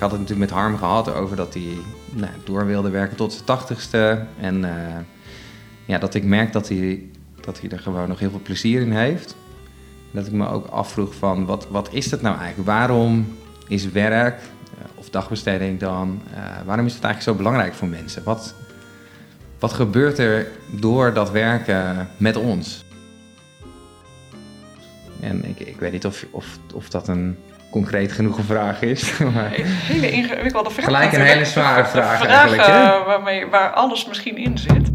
had het natuurlijk met Harm gehad over dat hij door wilde werken tot zijn 80ste. En dat ik merk dat hij er gewoon nog heel veel plezier in heeft. Dat ik me ook afvroeg van, wat is het nou eigenlijk? Waarom is werk, of dagbesteding dan, waarom is het eigenlijk zo belangrijk voor mensen? Wat gebeurt er door dat werken met ons? En ik weet niet of dat een concreet genoeg vraag is. Maar een hele ingewikkelde vraag. Gelijk een hele zware vraag eigenlijk. Waar alles misschien in zit.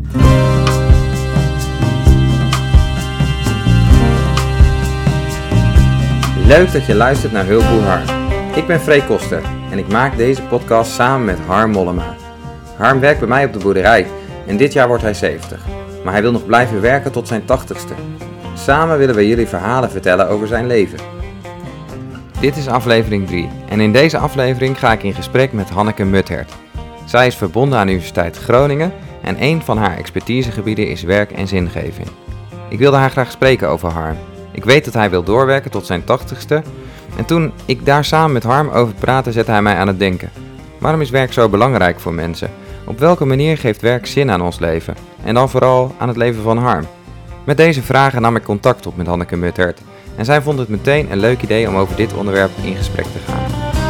Leuk dat je luistert naar Hulpboer Harm. Ik ben Freek Koster en ik maak deze podcast samen met Harm Mollema. Harm werkt bij mij op de boerderij en dit jaar wordt hij 70. Maar hij wil nog blijven werken tot zijn 80ste. Samen willen we jullie verhalen vertellen over zijn leven. Dit is aflevering 3 en in deze aflevering ga ik in gesprek met Hanneke Muthert. Zij is verbonden aan de Universiteit Groningen en een van haar expertisegebieden is werk en zingeving. Ik wilde haar graag spreken over Harm. Ik weet dat hij wil doorwerken tot zijn 80ste en toen ik daar samen met Harm over praatte zette hij mij aan het denken. Waarom is werk zo belangrijk voor mensen? Op welke manier geeft werk zin aan ons leven? En dan vooral aan het leven van Harm? Met deze vragen nam ik contact op met Hanneke Muthert en zij vond het meteen een leuk idee om over dit onderwerp in gesprek te gaan.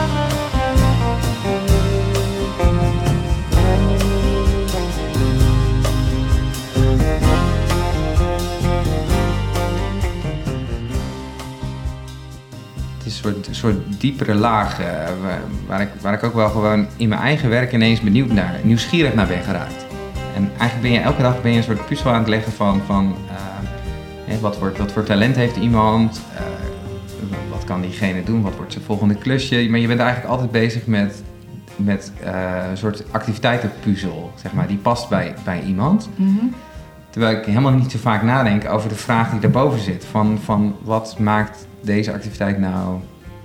Het is een soort diepere laag waar ik ook wel gewoon in mijn eigen werk ineens nieuwsgierig naar ben geraakt. En eigenlijk ben je elke dag een soort puzzel aan het leggen van wat voor talent heeft iemand, wat kan diegene doen, wat wordt zijn volgende klusje. Maar je bent eigenlijk altijd bezig met een soort activiteitenpuzzel, zeg maar, die past bij iemand. Mm-hmm. Terwijl ik helemaal niet zo vaak nadenk over de vraag die daarboven zit. Van wat maakt deze activiteit nou...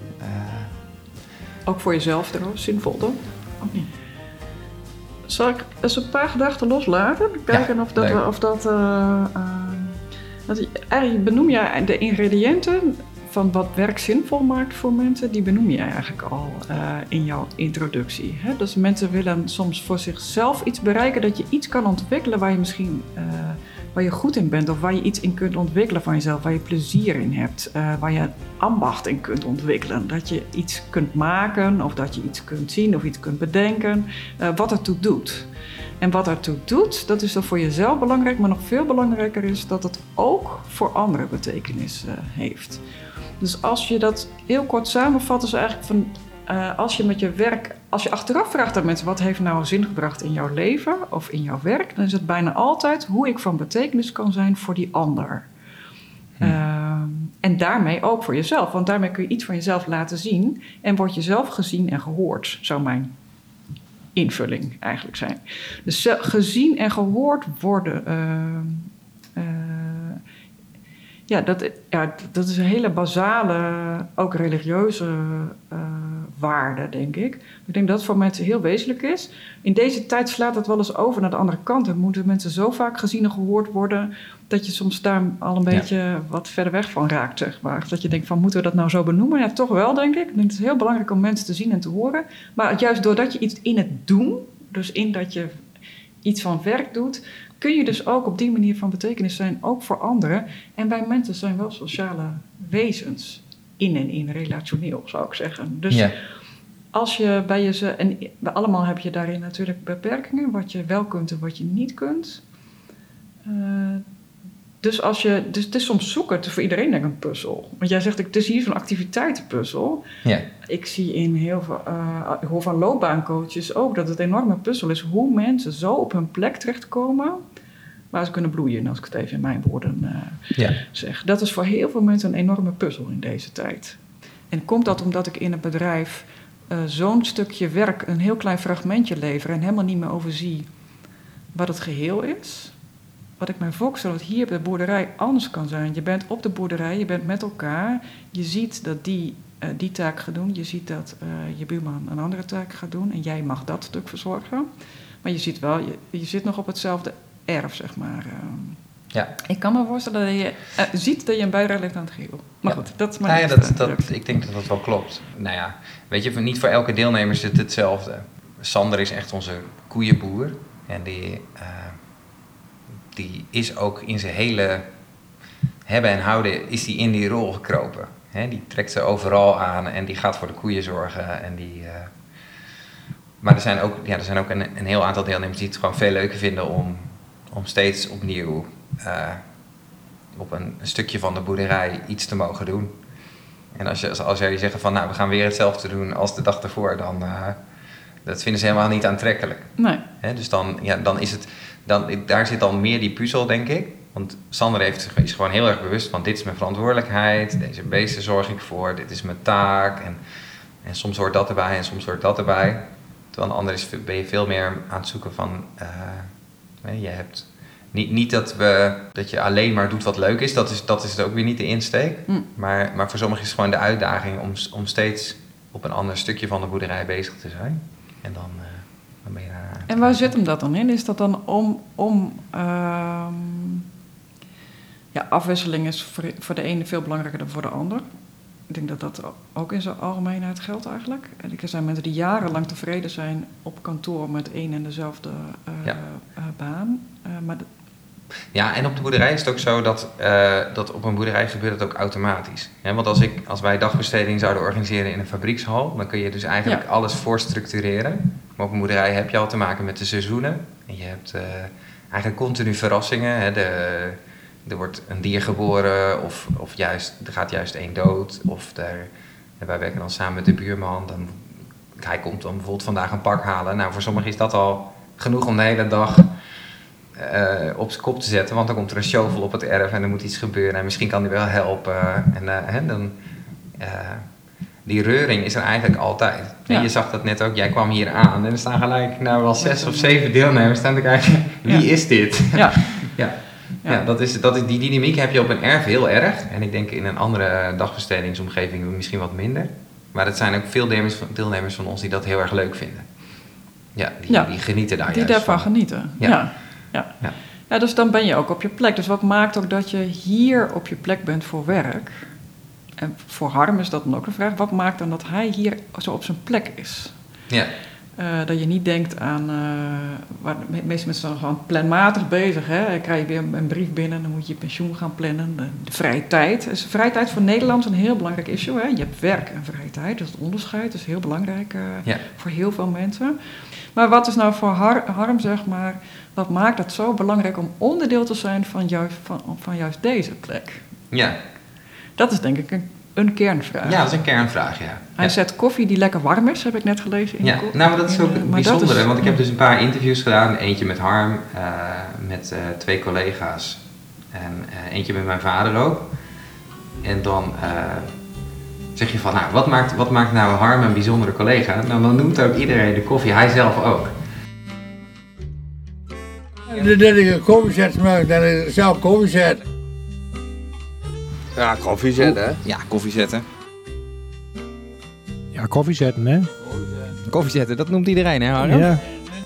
Ook voor jezelf trouwens, zinvol dan? Ook niet. Zal ik eens een paar gedachten loslaten? Kijken eigenlijk benoem je de ingrediënten van wat werk zinvol maakt voor mensen, die benoem je eigenlijk al in jouw introductie. Hè? Dus mensen willen soms voor zichzelf iets bereiken, dat je iets kan ontwikkelen waar je misschien waar je goed in bent of waar je iets in kunt ontwikkelen van jezelf, waar je plezier in hebt, waar je ambacht in kunt ontwikkelen. Dat je iets kunt maken of dat je iets kunt zien of iets kunt bedenken, wat ertoe doet. En wat ertoe doet, dat is dan voor jezelf belangrijk, maar nog veel belangrijker is dat het ook voor anderen betekenis heeft. Dus als je dat heel kort samenvat, is eigenlijk van als je achteraf vraagt aan mensen wat heeft nou zin gebracht in jouw leven of in jouw werk, dan is het bijna altijd hoe ik van betekenis kan zijn voor die ander. En daarmee ook voor jezelf, want daarmee kun je iets van jezelf laten zien en word je zelf gezien en gehoord, zou mijn invulling eigenlijk zijn. Dus gezien en gehoord worden, dat is een hele basale, ook religieuze waarde, denk ik. Ik denk dat het voor mensen heel wezenlijk is. In deze tijd slaat het wel eens over naar de andere kant. En moeten mensen zo vaak gezien en gehoord worden, dat je soms daar al een beetje wat verder weg van raakt, zeg maar. Dat je denkt van, moeten we dat nou zo benoemen? Ja, toch wel, denk ik. Ik denk het is heel belangrijk om mensen te zien en te horen. Maar juist doordat je iets in het doen, dus in dat je iets van werk doet, kun je dus ook op die manier van betekenis zijn, ook voor anderen. En wij mensen zijn wel sociale wezens, in relationeel, zou ik zeggen. Dus als je bij jezelf, en allemaal heb je daarin natuurlijk beperkingen, wat je wel kunt en wat je niet kunt. Dus het is soms zoeken, het is voor iedereen denk ik een puzzel. Want jij zegt, het is hier zo'n activiteitenpuzzel. Ja. Ik zie in heel veel, ik hoor van loopbaancoaches ook dat het een enorme puzzel is hoe mensen zo op hun plek terechtkomen waar ze kunnen bloeien, als ik het even in mijn woorden zeg. Dat is voor heel veel mensen een enorme puzzel in deze tijd. En komt dat omdat ik in het bedrijf zo'n stukje werk, een heel klein fragmentje lever en helemaal niet meer overzie wat het geheel is? Wat ik mij voorstel dat hier op de boerderij anders kan zijn. Je bent op de boerderij, je bent met elkaar. Je ziet dat die taak gaat doen. Je ziet dat je buurman een andere taak gaat doen. En jij mag dat stuk verzorgen. Maar je ziet wel, je zit nog op hetzelfde erf, zeg maar. Ja. Ik kan me voorstellen dat je ziet dat je een bijdrage levert aan het geheel. Maar goed, dat is mijn ik denk dat dat wel klopt. Nou ja, weet je, niet voor elke deelnemer is het hetzelfde. Sander is echt onze koeienboer. En die is ook in zijn hele hebben en houden is die in die rol gekropen. Die trekt ze overal aan en die gaat voor de koeien zorgen. En maar er zijn ook een heel aantal deelnemers die het gewoon veel leuker vinden om steeds opnieuw op een stukje van de boerderij iets te mogen doen. En als jij zegt van nou, we gaan weer hetzelfde doen als de dag ervoor, dan dat vinden ze helemaal niet aantrekkelijk. Nee. Dus dan is het, daar zit dan meer die puzzel, denk ik. Want Sander is gewoon heel erg bewust van dit is mijn verantwoordelijkheid, deze beesten zorg ik voor, dit is mijn taak. En soms hoort dat erbij en soms hoort dat erbij. Terwijl een ander ben je veel meer aan het zoeken van, je hebt niet dat je alleen maar doet wat leuk is, dat is het ook weer niet de insteek. Maar voor sommigen is het gewoon de uitdaging om steeds op een ander stukje van de boerderij bezig te zijn. En dan ben je daar. En waar zit hem dat dan in? Is dat dan afwisseling is voor de ene veel belangrijker dan voor de ander. Ik denk dat dat ook in zijn algemeenheid geldt eigenlijk. En er zijn mensen die jarenlang tevreden zijn op kantoor met één en dezelfde baan. Ja, en op de boerderij is het ook zo dat op een boerderij gebeurt het ook automatisch. Want als wij dagbesteding zouden organiseren in een fabriekshal, dan kun je dus eigenlijk alles voorstructureren. Maar op een boerderij heb je al te maken met de seizoenen. En je hebt eigenlijk continu verrassingen. Er wordt een dier geboren of juist, er gaat juist één dood. Wij werken dan samen met de buurman. Hij komt dan bijvoorbeeld vandaag een pak halen. Nou, voor sommigen is dat al genoeg om de hele dag op zijn kop te zetten. Want dan komt er een shovel op het erf en er moet iets gebeuren. En misschien kan hij wel helpen. Die reuring is er eigenlijk altijd. Ja. Je zag dat net ook, jij kwam hier aan en er staan gelijk wel 6 of 7 deelnemers staan te kijken. Wie is dit? Ja. Ja, dat is die dynamiek heb je op een erf heel erg. En ik denk in een andere dagbestedingsomgeving misschien wat minder. Maar het zijn ook veel deelnemers van ons die dat heel erg leuk vinden. Die genieten daar die daarvan genieten. Ja, dus dan ben je ook op je plek. Dus wat maakt ook dat je hier op je plek bent voor werk? En voor Harm is dat dan ook een vraag. Wat maakt dan dat hij hier zo op zijn plek is? Ja. Dat je niet denkt aan... de meeste mensen zijn gewoon planmatig bezig. Hè? Dan krijg je weer een brief binnen, dan moet je pensioen gaan plannen. De vrije tijd. Dus vrije tijd voor Nederland is een heel belangrijk issue. Hè? Je hebt werk en vrije tijd, dus het onderscheid is heel belangrijk voor heel veel mensen. Maar wat is nou voor Harm, zeg maar... Wat maakt het zo belangrijk om onderdeel te zijn van juist deze plek? Ja. Dat is denk ik een kernvraag. Ja, dat is een kernvraag, ja. Hij zet koffie die lekker warm is, heb ik net gelezen. In maar dat is ook bijzonder. Want ik heb dus een paar interviews gedaan. Eentje met Harm, met 2 collega's. En eentje met mijn vader ook. En dan zeg je van, nou, wat maakt nou Harm een bijzondere collega? Nou, dan noemt ook iedereen de koffie, hij zelf ook. Dat ik een koffiezet maak, dat ik zelf koffie zet. Ja, koffie zetten, hè? Ja, koffie zetten. Ja, koffie zetten, hè? Koffie zetten, dat noemt iedereen, hè, Harm? Ja.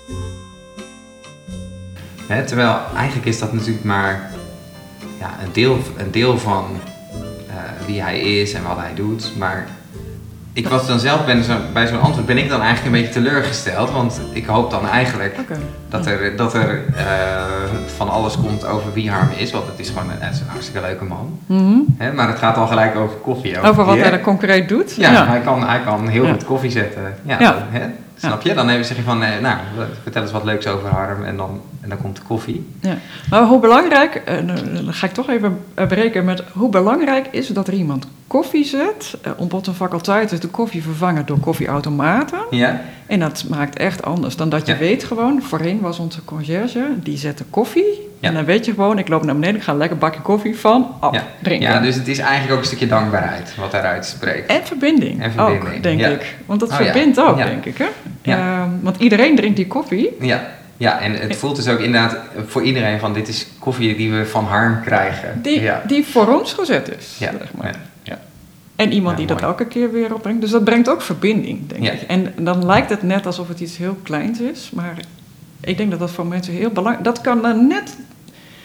Terwijl, eigenlijk is dat natuurlijk maar een deel van wie hij is en wat hij doet. Maar ik was dan zelf bij zo'n antwoord ben ik dan eigenlijk een beetje teleurgesteld. Want ik hoop dan eigenlijk dat er van alles komt over wie Harm is. Want het is gewoon een hartstikke leuke man. Mm-hmm. Maar het gaat al gelijk over koffie. Over wat hij er concreet doet? Ja. Hij kan heel goed koffie zetten. Snap je? Dan zeg je van, vertel eens wat leuks over Harm en dan komt de koffie. Ja. Maar hoe belangrijk, dan ga ik toch even breken met hoe belangrijk is dat er iemand koffie zet. Omdat een faculteit is de koffie vervangen door koffieautomaten. Ja. En dat maakt echt anders dan dat je weet gewoon, voorheen was onze conciërge, die zette koffie. Ja. En dan weet je gewoon, ik loop naar beneden, ik ga een lekker bakje koffie van drinken. Ja, dus het is eigenlijk ook een stukje dankbaarheid wat daaruit spreekt. En verbinding ook, denk ik. Want dat verbindt ook, denk ik. Hè? Ja. Want iedereen drinkt die koffie. Ja, en het voelt dus ook inderdaad voor iedereen van dit is koffie die we van Harm krijgen. Die voor ons gezet is, zeg maar. Ja. En iemand die dat elke keer weer opbrengt. Dus dat brengt ook verbinding, denk ik. En dan lijkt het net alsof het iets heel kleins is, maar ik denk dat dat voor mensen heel belangrijk is. Dat kan dan net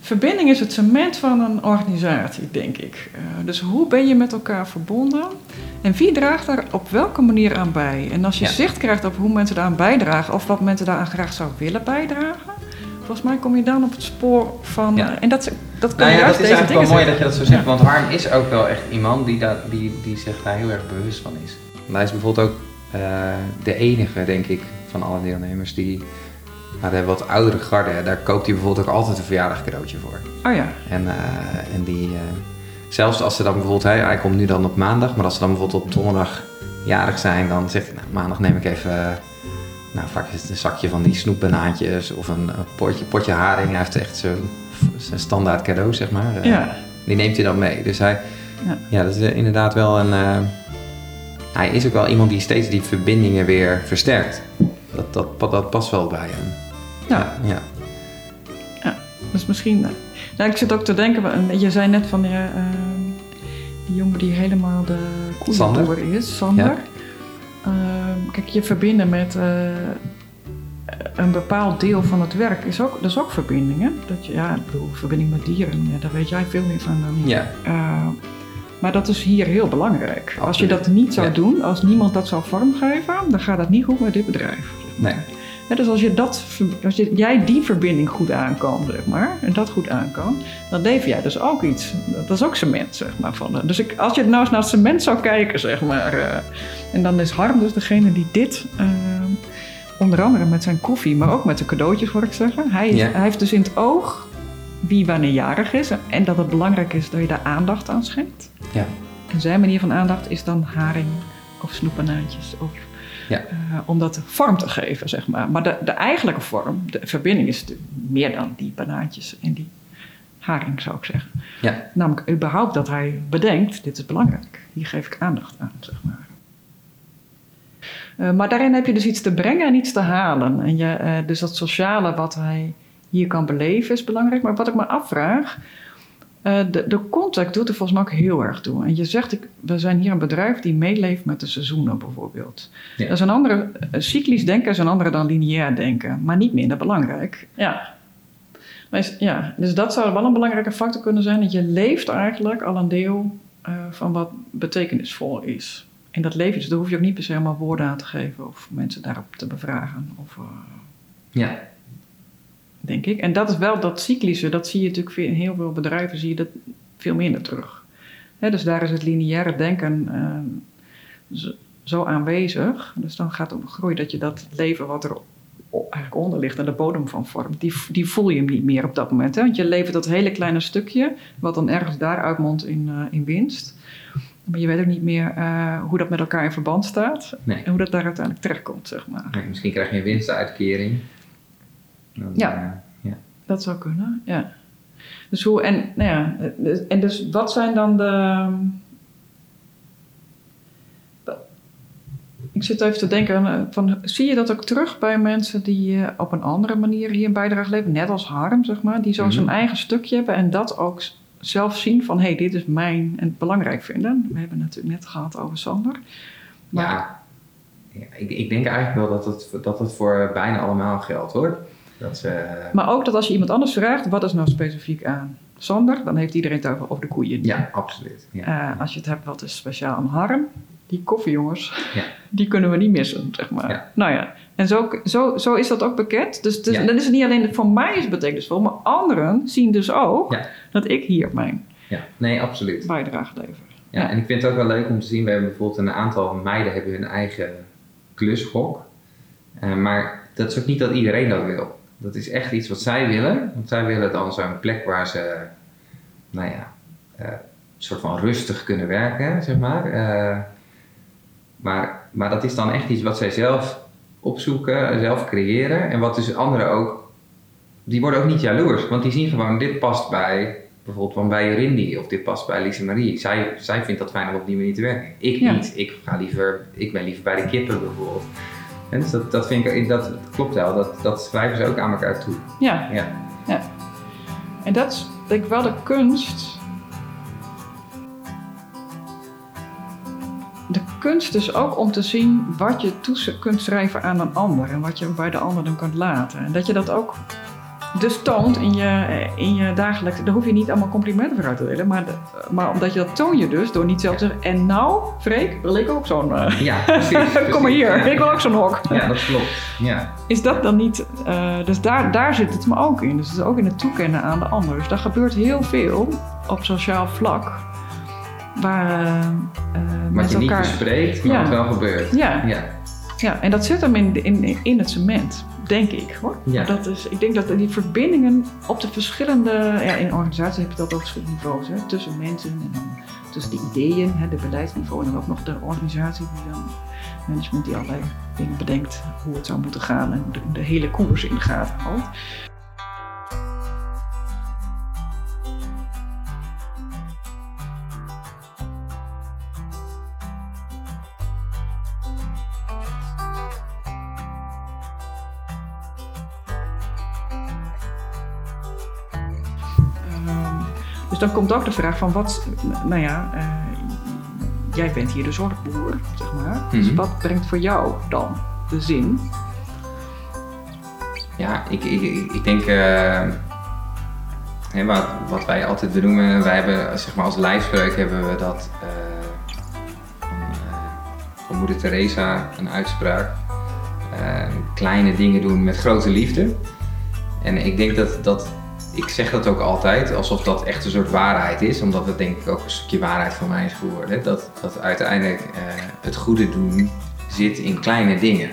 Verbinding is het cement van een organisatie, denk ik. Dus hoe ben je met elkaar verbonden? En wie draagt daar op welke manier aan bij? En als je zicht krijgt op hoe mensen daaraan bijdragen... of wat mensen daaraan graag zouden willen bijdragen... volgens mij kom je dan op het spoor van... Ja. En dat kan dat is juist deze eigenlijk dingen wel mooi zeggen. dat je dat zo zegt. Want Harm is ook wel echt iemand die zich daar heel erg bewust van is. Want hij is bijvoorbeeld ook de enige, denk ik, van alle deelnemers die... Nou, de wat oudere garde, daar koopt hij bijvoorbeeld ook altijd een verjaardag cadeautje voor. Oh ja. En die, zelfs als ze dan bijvoorbeeld, hij komt nu dan op maandag, maar als ze dan bijvoorbeeld op donderdag jarig zijn, dan zegt hij, nou, maandag neem ik even, vaak is het een zakje van die snoepbanaantjes of een potje haring. Hij heeft echt zijn standaard cadeau, zeg maar. Die neemt hij dan mee. Dus dat is inderdaad wel hij is ook wel iemand die steeds die verbindingen weer versterkt. Dat past wel bij hem. Ja. Dus misschien... ik zit ook te denken... Je zei net van die jongen die helemaal de koeienboer is. Sander. Ja. Kijk, je verbinden met een bepaald deel van het werk dat is ook verbinding. Hè? Ik bedoel, verbinding met dieren. Daar weet jij veel meer van dan ik. Ja. Maar dat is hier heel belangrijk. Absoluut. Als je dat niet zou doen, als niemand dat zou vormgeven, dan gaat dat niet goed met dit bedrijf. Nee. Ja, dus als jij die verbinding goed aankan, zeg maar, en dat goed aankan, dan lever jij dus ook iets. Dat is ook cement, zeg maar. Dus als je nou eens naar het cement zou kijken, zeg maar, en dan is Harm dus degene die dit, onder andere met zijn koffie, maar ook met de cadeautjes, hoor ik zeggen. Hij heeft dus in het oog wie wanneer jarig is en dat het belangrijk is dat je daar aandacht aan schenkt. Ja. En zijn manier van aandacht is dan haring of snoepbanaantjes of om dat vorm te geven, zeg maar. Maar de eigenlijke vorm, de verbinding is meer dan die banaantjes en die haring, zou ik zeggen. Ja. Namelijk überhaupt dat hij bedenkt, dit is belangrijk. Hier geef ik aandacht aan, zeg maar. Maar daarin heb je dus iets te brengen en iets te halen. En dus dat sociale wat hij hier kan beleven is belangrijk. Maar wat ik me afvraag... De contact doet er volgens mij ook heel erg toe. En je zegt, we zijn hier een bedrijf die meeleeft met de seizoenen bijvoorbeeld. Ja. Dat is een andere, cyclisch denken is een andere dan lineair denken. Maar niet minder belangrijk. Ja. Dus dat zou wel een belangrijke factor kunnen zijn. Dat je leeft eigenlijk al een deel van wat betekenisvol is. En dat leven, dus daar hoef je ook niet per se helemaal woorden aan te geven. Of mensen daarop te bevragen. Denk ik. En dat is wel dat cyclische, dat zie je natuurlijk in heel veel bedrijven, zie je dat veel minder terug. Dus daar is het lineaire denken zo aanwezig. Dus dan gaat het om groei dat je dat leven wat er eigenlijk onder ligt aan de bodem van vormt, die voel je hem niet meer op dat moment. Hè? Want je levert dat hele kleine stukje, wat dan ergens daar uitmondt in winst. Maar je weet ook niet meer hoe dat met elkaar in verband staat. Nee. En hoe dat daar uiteindelijk terechtkomt, zeg maar. Nee, misschien krijg je een winstuitkering. Dat zou kunnen, ja. Dus dus wat zijn dan ik zit even te denken, zie je dat ook terug bij mensen die op een andere manier hier een bijdrage leveren? Net als Harm, zeg maar, die zo zijn eigen stukje hebben en dat ook zelf zien van, dit is mijn en belangrijk vinden. We hebben het natuurlijk net gehad over Sander. Maar ik denk eigenlijk wel dat het voor bijna allemaal geldt, hoor. Maar ook dat als je iemand anders vraagt, wat is nou specifiek aan Sander, dan heeft iedereen het over de koeien. Ja, absoluut. Ja. Als je het hebt wat is speciaal aan Harm, die koffiejongens, die kunnen we niet missen, zeg maar. Ja. Nou ja, en zo is dat ook bekend. Dus dan is het niet alleen voor mij is betekenisvol, maar anderen zien dus ook dat ik hier mijn bijdrage lever. Ja, en ik vind het ook wel leuk om te zien, we hebben bijvoorbeeld een aantal meiden hebben hun eigen klushok. Maar dat is ook niet dat iedereen dat wil. Dat is echt iets wat zij willen. Want zij willen dan zo'n plek waar ze, een soort van rustig kunnen werken, zeg maar. Maar dat is dan echt iets wat zij zelf opzoeken, zelf creëren. En wat dus anderen ook, die worden ook niet jaloers. Want die zien gewoon, dit past bij, bijvoorbeeld bij Jorindi of dit past bij Lise Marie. Zij vindt dat fijn om op die manier te werken. Ik niet. Ik ben liever bij de kippen bijvoorbeeld. En dus dat vind ik, dat klopt wel, dat schrijven ze ook aan elkaar toe. Ja. En dat is denk ik wel de kunst. De kunst is ook om te zien wat je toe kunt schrijven aan een ander en wat je bij de ander dan kunt laten. En dat je dat ook dus toont in je dagelijks... Daar hoef je niet allemaal complimenten voor uit te delen. Maar omdat je dat toon je dus door niet zelf te zeggen... En nou, Freek, wil ik ook zo'n... Ja, precies. Kom maar hier, ik wil ook zo'n hok. Ja, dat klopt. Ja. Is dat dan niet... dus daar zit het me ook in. Dus het is ook in het toekennen aan de ander. Dus daar gebeurt heel veel op sociaal vlak. Waar wat je elkaar... niet bespreekt, maar wat wel gebeurt. Ja, en dat zit hem in het cement, denk ik hoor. Ja. Ik denk dat die verbindingen op de verschillende... Ja, in organisaties heb je dat op verschillende niveaus. Hè, tussen mensen en dan tussen de ideeën, hè, de beleidsniveau... en dan ook nog de organisatie, die dan management die allerlei dingen bedenkt... hoe het zou moeten gaan en de hele koers in de gaten houdt. Dus dan komt ook de vraag van jij bent hier de zorgboer, zeg maar. Mm-hmm. Dus wat brengt voor jou dan de zin? Ja, ik denk, wat wij altijd benoemen, wij hebben, zeg maar als lijfspreuk hebben we dat van moeder Teresa, een uitspraak. Kleine dingen doen met grote liefde. En ik denk dat ik zeg dat ook altijd, alsof dat echt een soort waarheid is, omdat het denk ik ook een stukje waarheid van mij is geworden. Dat uiteindelijk het goede doen zit in kleine dingen.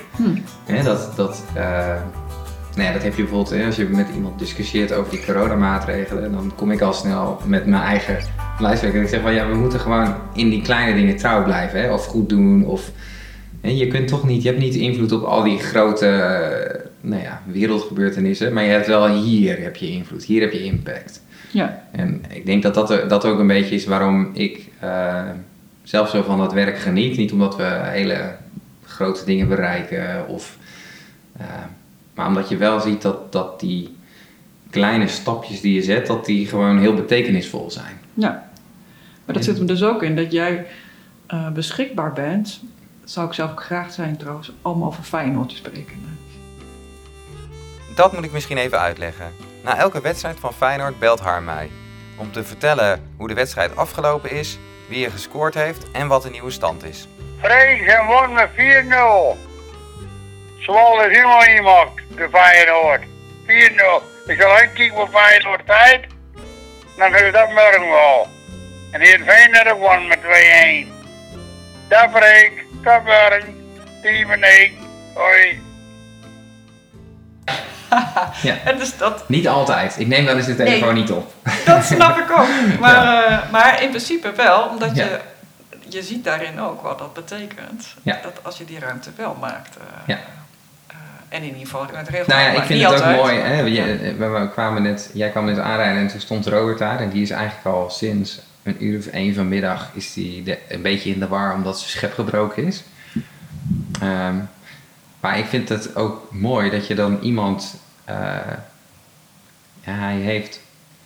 Dat heb je bijvoorbeeld, als je met iemand discussieert over die coronamaatregelen, dan kom ik al snel met mijn eigen lijstwerk en ik zeg van we moeten gewoon in die kleine dingen trouw blijven, of goed doen, of je kunt toch niet, je hebt niet invloed op al die grote wereldgebeurtenissen, maar je hebt wel hier heb je invloed, hier heb je impact. Ja. En ik denk dat ook een beetje is waarom ik zelf zo van dat werk geniet. Niet omdat we hele grote dingen bereiken, maar omdat je wel ziet dat die kleine stapjes die je zet, dat die gewoon heel betekenisvol zijn. Ja, maar dat zit hem dus ook in dat jij beschikbaar bent. Zou ik zelf ook graag zijn trouwens, om over Feyenoord te spreken. Dat moet ik misschien even uitleggen. Na elke wedstrijd van Feyenoord belt Harm mij. Om te vertellen hoe de wedstrijd afgelopen is, wie er gescoord heeft en wat de nieuwe stand is. Freek zijn won met 4-0. Zwolle is helemaal iemand, de Feyenoord. 4-0. Ik zal uitkijken voor Feyenoord tijd. Dan hebben we dat morgen wel. En die heeft Feyenoord won met 2-1. Dag Freek, tot morgen. Team en ik. Hoi. Ja. En dus dat... Niet altijd. Ik neem wel eens de telefoon niet op. Dat snap ik ook. Maar in principe wel, omdat je ziet daarin ook wat dat betekent. Ja. Dat als je die ruimte wel maakt. En in ieder geval het regelt. Nou ja, ik vind het ook mooi. Hè? Jij kwam net aanrijden en toen stond Robert daar. En die is eigenlijk al sinds 1:00 vanmiddag is die een beetje in de war omdat zijn schep gebroken is. Maar ik vind het ook mooi dat je dan iemand... hij heeft...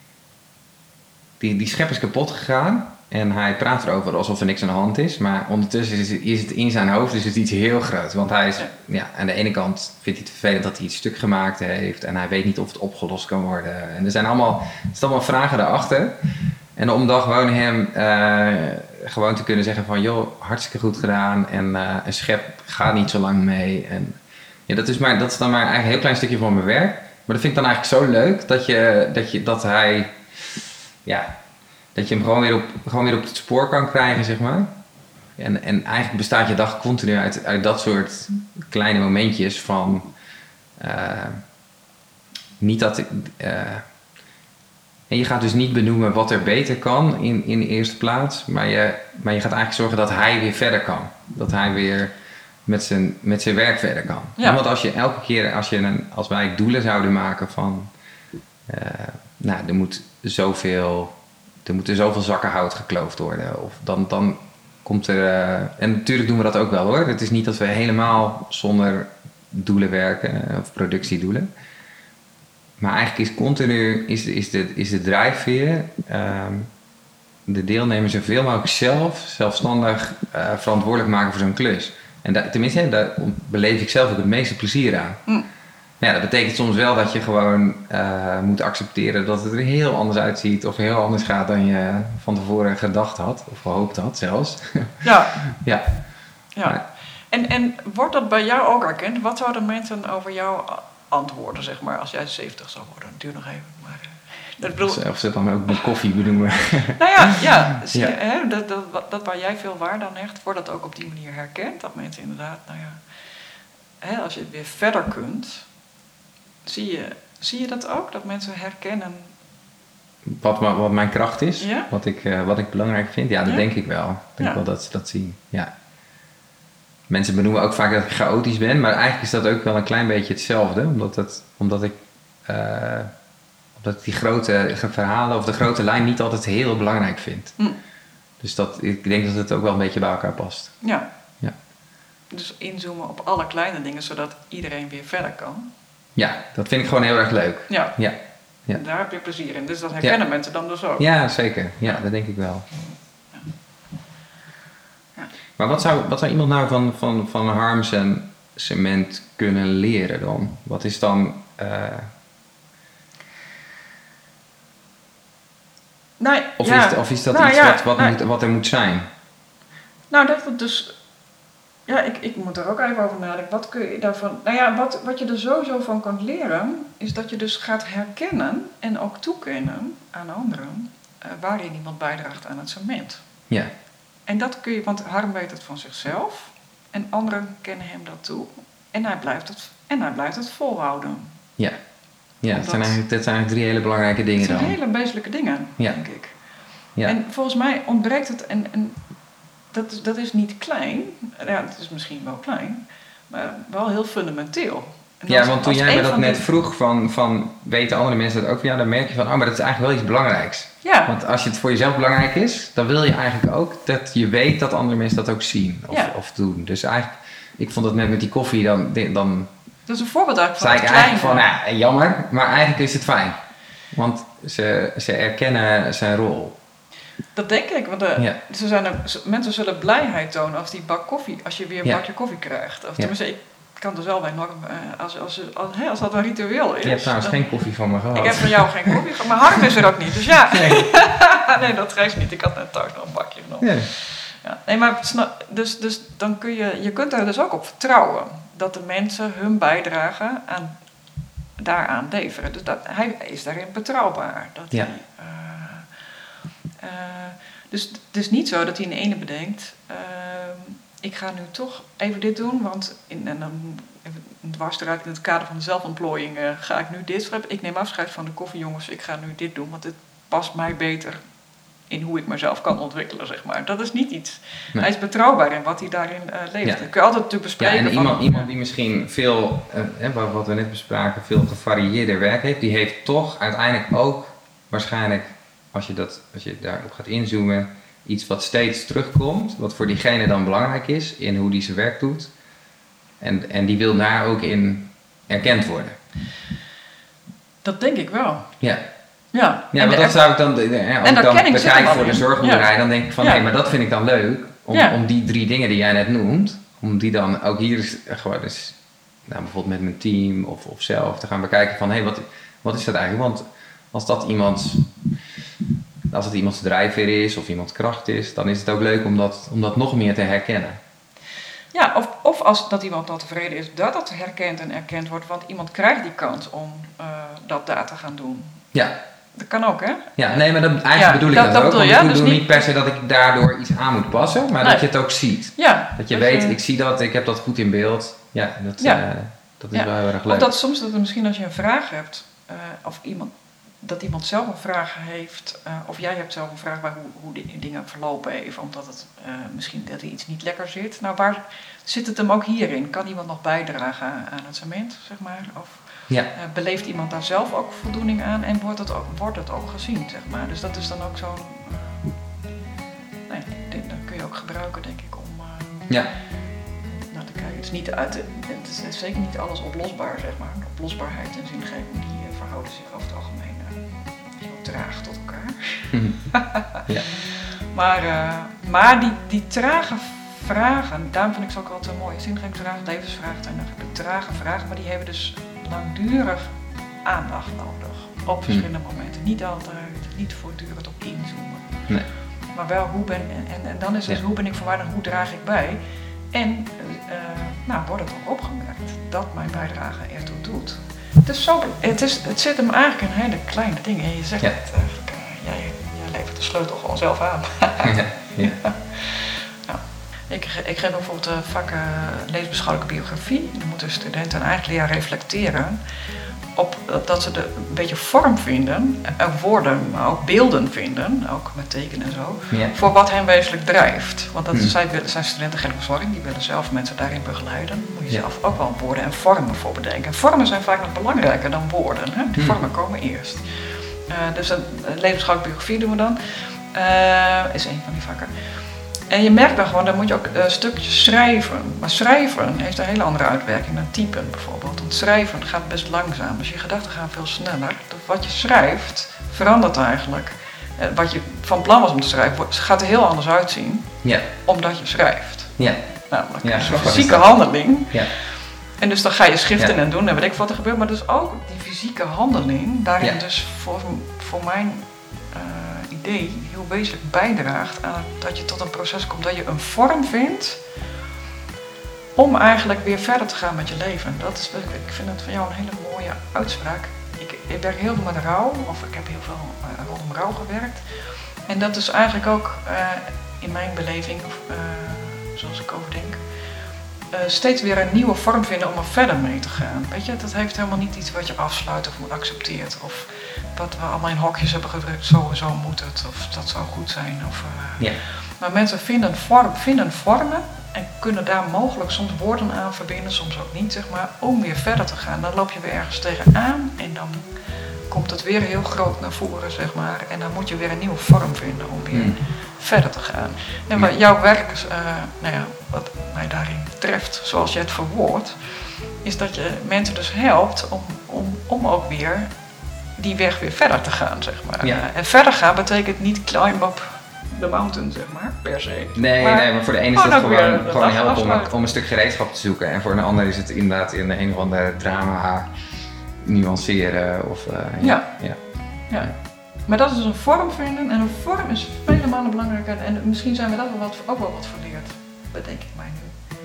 Die schep is kapot gegaan. En hij praat erover alsof er niks aan de hand is. Maar ondertussen is het in zijn hoofd dus iets heel groot. Want hij is... Ja, aan de ene kant vindt hij het vervelend dat hij iets stuk gemaakt heeft. En hij weet niet of het opgelost kan worden. En er zijn allemaal vragen daarachter. En om dan gewoon hem gewoon te kunnen zeggen van... joh, hartstikke goed gedaan. En een schep gaat niet zo lang mee. En ja, dat is dan maar eigenlijk een heel klein stukje van mijn werk. Maar dat vind ik dan eigenlijk zo leuk dat je hem gewoon weer op het spoor kan krijgen, zeg maar. En eigenlijk bestaat je dag continu uit dat soort kleine momentjes van... niet dat... En je gaat dus niet benoemen wat er beter kan in de eerste plaats. Maar je gaat eigenlijk zorgen dat hij weer verder kan. Dat hij weer met zijn werk verder kan. Ja. Want als je elke keer, als wij doelen zouden maken van... er moeten zoveel zakken hout gekloofd worden. Of dan komt er... en natuurlijk doen we dat ook wel hoor. Het is niet dat we helemaal zonder doelen werken. Of productiedoelen. Maar eigenlijk is continu is de drijfveer de deelnemers zoveel mogelijk zelfstandig verantwoordelijk maken voor zo'n klus. En tenminste, daar beleef ik zelf ook het meeste plezier aan. Ja, dat betekent soms wel dat je gewoon moet accepteren dat het er heel anders uitziet of heel anders gaat dan je van tevoren gedacht had of gehoopt had zelfs. Ja. Ja. Ja. En wordt dat bij jou ook erkend? Wat zouden mensen over jou antwoorden, zeg maar, als jij 70 zou worden? Duur nog even, maar... Of ze dan ook met koffie benoemen. Nou ja. Zie je, hè, dat waar jij veel waarde aan hecht, wordt dat ook op die manier herkend. Dat mensen inderdaad, hè, als je weer verder kunt, zie je dat ook? Dat mensen herkennen... Wat mijn kracht is, Ja? wat ik belangrijk vind, ja, dat denk ik wel. Ik denk wel dat ze dat zien, ja. Mensen benoemen ook vaak dat ik chaotisch ben, maar eigenlijk is dat ook wel een klein beetje hetzelfde. Omdat ik die grote verhalen of de grote lijn niet altijd heel belangrijk vind. Dus ik denk dat het ook wel een beetje bij elkaar past. Ja. Ja. Dus inzoomen op alle kleine dingen, zodat iedereen weer verder kan. Ja, dat vind ik gewoon heel erg leuk. Ja. Ja. Ja. Daar heb je plezier in. Dus dat herkennen mensen dan dus ook. Ja, zeker. Ja, dat denk ik wel. Ja. Maar wat zou iemand nou van Harms en cement kunnen leren dan? Wat is dan... Nee, Of is dat iets wat er moet zijn? Nou, dat het dus... Ja, ik moet er ook even over nadenken. Wat kun je daarvan... Nou ja, wat je er sowieso van kan leren, is dat je dus gaat herkennen en ook toekennen aan anderen waarin iemand bijdraagt aan het cement. Ja. En dat kun je, want Harm weet het van zichzelf en anderen kennen hem dat toe. En hij blijft het volhouden. Ja. Ja, dat zijn eigenlijk 3 hele belangrijke dingen dan. Dat zijn hele wezenlijke dingen, denk ik. Ja. En volgens mij ontbreekt het, en dat is niet klein, ja, het is misschien wel klein, maar wel heel fundamenteel. Ja, want toen jij me dat net vroeg van weten andere mensen dat ook van jou, dan merk je van, maar dat is eigenlijk wel iets belangrijks. Ja. Want als je het voor jezelf belangrijk is, dan wil je eigenlijk ook dat je weet dat andere mensen dat ook zien of doen. Dus eigenlijk, ik vond dat net met die koffie dan dat is een voorbeeld uit van zei het ik kleine. eigenlijk van, jammer, maar eigenlijk is het fijn. Want ze erkennen zijn rol. Dat denk ik, want mensen zullen blijheid tonen als je weer een bakje koffie krijgt. Of tenminste, ik kan dus wel bij Norm, als dat een ritueel is. Je hebt trouwens geen koffie van me gehad. Ik heb van jou geen koffie gehad, maar Harm is er ook niet, dus ja. Nee, dat geeft niet. Ik had net thuis nog een bakje genomen. Ja. Ja, nee, maar dus dan kun je kunt er dus ook op vertrouwen dat de mensen hun bijdrage daaraan leveren. Dus hij is daarin betrouwbaar. Dus het is niet zo dat hij in de ene bedenkt, ik ga nu toch even dit doen, want dan dwars eruit in het kader van de zelfontplooiing ga ik nu dit. Ik neem afscheid van de koffiejongens, ik ga nu dit doen, want het past mij beter in hoe ik mezelf kan ontwikkelen, zeg maar. Dat is niet iets. Nee. Hij is betrouwbaar in wat hij daarin leeft. Ja. Dat kun je altijd natuurlijk bespreken. Ja, en iemand die misschien veel, wat we net bespraken, veel gevarieerder werk heeft, die heeft toch uiteindelijk ook waarschijnlijk, als je daarop gaat inzoomen, iets wat steeds terugkomt, wat voor diegene dan belangrijk is in hoe die zijn werk doet. En die wil daar ook in erkend worden. Dat denk ik wel. Ja. Ja, maar dat zou ik dan, als ik dan bekijk voor de zorgboerderij, dan denk ik van, maar dat vind ik dan leuk, om die 3 dingen die jij net noemt, om die dan ook hier gewoon eens, bijvoorbeeld met mijn team of zelf te gaan bekijken van, wat is dat eigenlijk? Want als het iemands drijfveer is of iemands kracht is, dan is het ook leuk om dat nog meer te herkennen. Ja, of als dat iemand dan tevreden is dat het herkend en erkend wordt, want iemand krijgt die kans om dat daar te gaan doen. Ja. Dat kan ook, hè? Ja, nee, maar bedoel ik dat ook. Want ik bedoel niet per se dat ik daardoor iets aan moet passen, maar dat je het ook ziet. Ja. Dat je weet, ik zie dat, ik heb dat goed in beeld. Ja, dat is wel heel erg leuk. Of dat soms dat misschien als je een vraag hebt, of iemand zelf een vraag heeft, of jij hebt zelf een vraag bij hoe die dingen verlopen even, omdat het misschien dat er iets niet lekker zit. Nou, waar zit het hem ook hierin? Kan iemand nog bijdragen aan het cement, zeg maar? Of beleeft iemand daar zelf ook voldoening aan en wordt het ook gezien, zeg maar? Dus dat is dan ook zo'n... dat kun je ook gebruiken, denk ik, om naar te kijken. Het is zeker niet alles oplosbaar, zeg maar. Oplosbaarheid en zingeving, die verhouden zich over het algemeen heel traag tot elkaar. Ja. Maar die trage vragen, daarom vind ik ze ook altijd zo mooi. Zingevingsvragen, levensvragen, en de trage vragen, maar die hebben dus langdurig aandacht nodig. Op verschillende momenten. Niet altijd, niet voortdurend op inzoomen. Nee. Maar wel hoe en dan is dus hoe ben ik voorwaardig, hoe draag ik bij? En wordt het ook opgemerkt dat mijn bijdrage ertoe doet. Het zit hem eigenlijk in hele kleine dingen. En je zegt het eigenlijk, jij levert de sleutel gewoon zelf aan. Ja. Ik geef bijvoorbeeld vakken leesbeschouwelijke biografie. Dan moeten studenten eigenlijk leren reflecteren op dat ze een beetje vorm vinden, woorden, maar ook beelden vinden, ook met tekenen en zo, voor wat hen wezenlijk drijft. Want zijn studenten geen verzorging, die willen zelf mensen daarin begeleiden. Daar moet je zelf ook wel woorden en vormen voor bedenken. En vormen zijn vaak nog belangrijker dan woorden. Hè? Die vormen komen eerst. Dus een levensbeschouwelijke biografie doen we dan. Is een van die vakken. En je merkt dan gewoon, dan moet je ook stukjes schrijven. Maar schrijven heeft een hele andere uitwerking dan typen bijvoorbeeld. Want schrijven gaat best langzaam, dus je gedachten gaan veel sneller. Dus wat je schrijft verandert eigenlijk. Wat je van plan was om te schrijven, gaat er heel anders uitzien. Ja. Omdat je schrijft. Ja. Namelijk een fysieke handeling. Ja. En dus dan ga je schriften en doen en weet ik wat er gebeurt. Maar dus ook die fysieke handeling, daarin dus voor mijn idee heel wezenlijk bijdraagt aan dat je tot een proces komt dat je een vorm vindt om eigenlijk weer verder te gaan met je leven. Dat is, ik vind het van jou een hele mooie uitspraak. Ik werk heel veel met rouw, of ik heb heel veel rondom rouw gewerkt. En dat is eigenlijk ook in mijn beleving, zoals ik over denk, steeds weer een nieuwe vorm vinden om er verder mee te gaan. Weet je, dat heeft helemaal niet iets wat je afsluit of accepteert. Of wat we allemaal in hokjes hebben gedrukt, zo moet het, of dat zou goed zijn. Maar mensen vinden vormen en kunnen daar mogelijk soms woorden aan verbinden, soms ook niet, zeg maar, om weer verder te gaan. Dan loop je weer ergens tegenaan en dan komt het weer heel groot naar voren, zeg maar. En dan moet je weer een nieuwe vorm vinden om weer verder te gaan. En maar jouw werk, wat mij daarin treft, zoals je het verwoordt, is dat je mensen dus helpt om ook weer die weg weer verder te gaan, zeg maar. Ja. En verder gaan betekent niet climb up the mountain, zeg maar, per se. Nee, maar voor de ene is het gewoon helpen om een stuk gereedschap te zoeken. En voor een ander is het inderdaad in een of andere drama nuanceren. Ja. Maar dat is een vorm vinden en een vorm is vele malen belangrijker. En misschien zijn we dat ook wel wat verleerd, bedenk ik mij nu.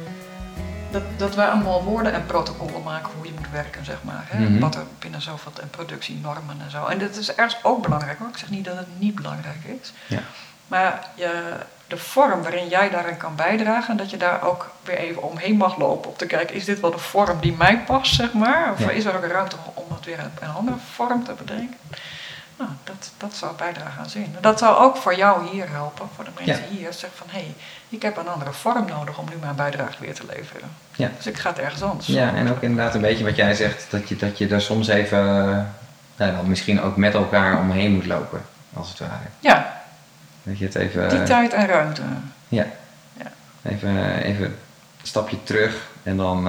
Dat wij allemaal woorden en protocollen maken hoe je moet werken, zeg maar. Hè? Wat er binnen zoveel en productienormen en zo. En dat is ergens ook belangrijk hoor. Ik zeg niet dat het niet belangrijk is. Ja. Maar de vorm waarin jij daarin kan bijdragen, en dat je daar ook weer even omheen mag lopen om te kijken, is dit wel de vorm die mij past, zeg maar? Of is er ook ruimte om het weer een andere vorm te bedenken? Nou, dat zou bijdragen aan zin. Dat zou ook voor jou hier helpen, voor de mensen hier. Zeg van, ik heb een andere vorm nodig om nu mijn bijdrage weer te leveren. Ja. Dus ik ga het ergens anders. Ja, en ook inderdaad een beetje wat jij zegt, dat je daar soms even, dan misschien ook met elkaar omheen moet lopen, als het ware. Ja. Dat je het even... Die tijd en ruimte. Ja. Even een stapje terug en dan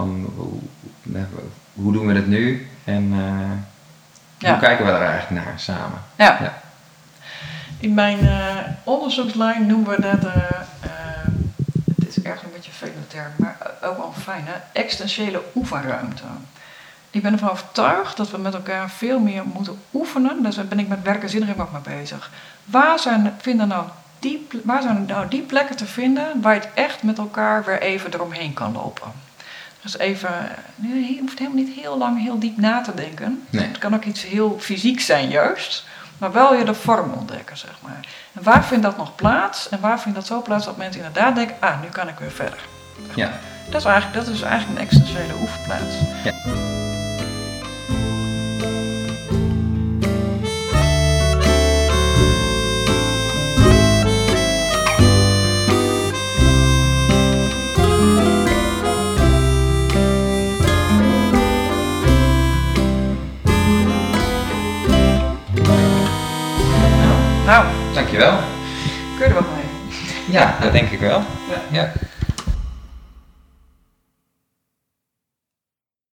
hoe doen we het nu? En hoe kijken we er eigenlijk naar samen? Ja. In mijn onderzoekslijn noemen we dat, het is erg een beetje een vele term, maar ook wel fijn, existentiële oefenruimte. Ik ben ervan overtuigd dat we met elkaar veel meer moeten oefenen. Daar ben ik met werk en zingeving ook mee bezig. Waar zijn nou die plekken te vinden waar je het echt met elkaar weer even eromheen kan lopen? Dus even, je hoeft helemaal niet heel lang, heel diep na te denken. Nee. Het kan ook iets heel fysiek zijn juist. Maar wel je de vorm ontdekken, zeg maar. En waar vindt dat nog plaats? En waar vindt dat zo plaats dat mensen inderdaad denken, nu kan ik weer verder. Ja. Dat is eigenlijk een existentiële oefenplaats. Ja. Nou, dankjewel. Kun je er wat mee? Ja, dat denk ik wel. Ja.